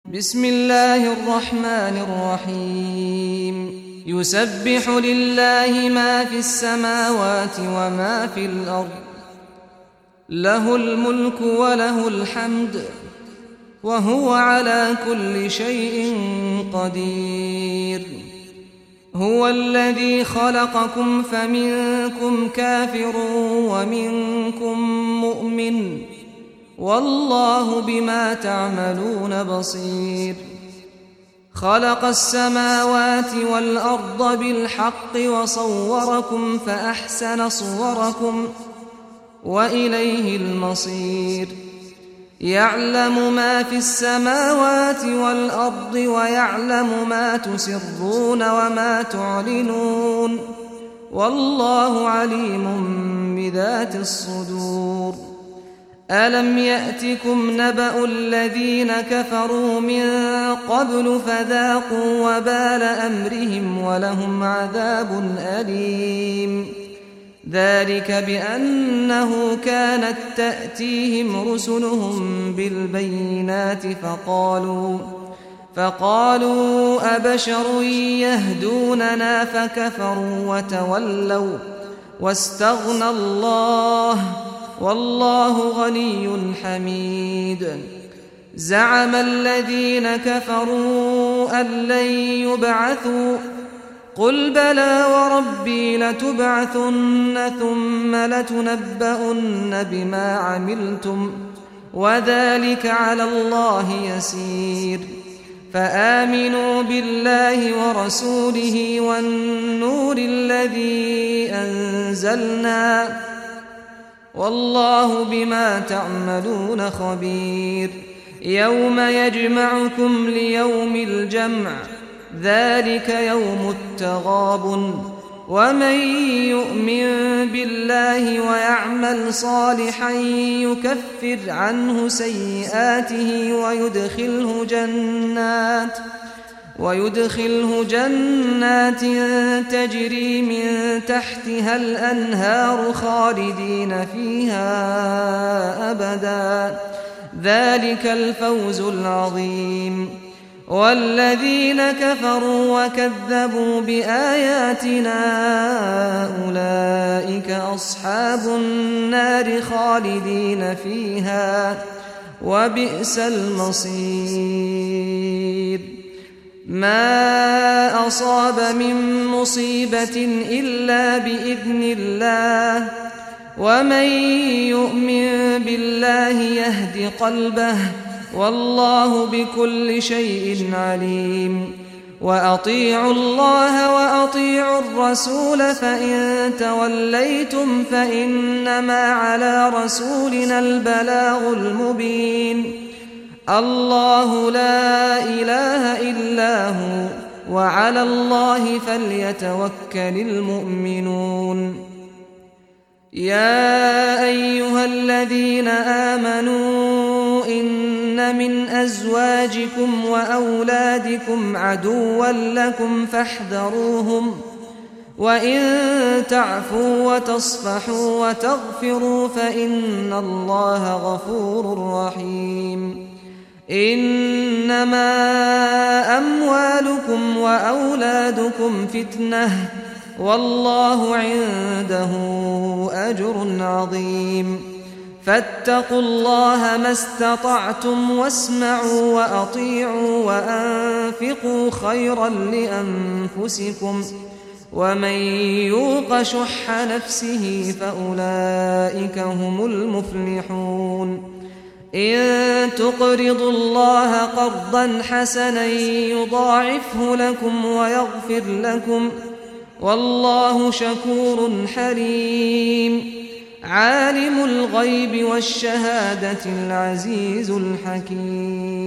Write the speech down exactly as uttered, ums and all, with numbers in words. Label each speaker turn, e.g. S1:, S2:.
S1: بسم الله الرحمن الرحيم يسبح لله ما في السماوات وما في الأرض له الملك وله الحمد وهو على كل شيء قدير هو الذي خلقكم فمنكم كافر ومنكم مؤمن والله بما تعملون بصير خلق السماوات والأرض بالحق وصوركم فأحسن صوركم وإليه المصير يعلم ما في السماوات والأرض ويعلم ما تسرون وما تعلنون والله عليم بذات الصدور ألم يأتكم نبأ الذين كفروا من قبل فذاقوا وبال أمرهم ولهم عذاب أليم ذلك بأنه كانت تأتيهم رسلهم بالبينات فقالوا فقالوا أبشر يهدوننا فكفروا وتولوا واستغنى الله والله غني حميد زعم الذين كفروا أن لن يبعثوا قل بلى وربي لتبعثن ثم لتنبؤن بما عملتم وذلك على الله يسير فآمنوا بالله ورسوله والنور الذي أنزلنا والله بما تعملون خبير يوم يجمعكم ليوم الجمع ذلك يوم التغابن ومن يؤمن بالله ويعمل صالحا يكفر عنه سيئاته ويدخله جنات ويدخله جنات تجري من تحتها الأنهار خالدين فيها أبدا ذلك الفوز العظيم والذين كفروا وكذبوا بآياتنا أولئك أصحاب النار خالدين فيها وبئس المصير ما أصاب من مصيبة إلا بإذن الله ومن يؤمن بالله يهد قلبه والله بكل شيء عليم وأطيعوا الله وأطيعوا الرسول فإن توليتم فإنما على رسولنا البلاغ المبين الله لا إله إلا هو وعلى الله فليتوكل المؤمنون يا أيها الذين آمنوا إن من أزواجكم وأولادكم عدوا لكم فاحذروهم وإن تعفوا وتصفحوا وتغفروا فإن الله غفور رحيم إنما أموالكم وأولادكم فتنة والله عنده أجر عظيم فاتقوا الله ما استطعتم واسمعوا وأطيعوا وأنفقوا خيرا لأنفسكم ومن يوق شح نفسه فأولئك هم المفلحون إن تقرضوا الله قرضا حسنا يضاعفه لكم ويغفر لكم والله شكور حليم عالم الغيب والشهادة العزيز الحكيم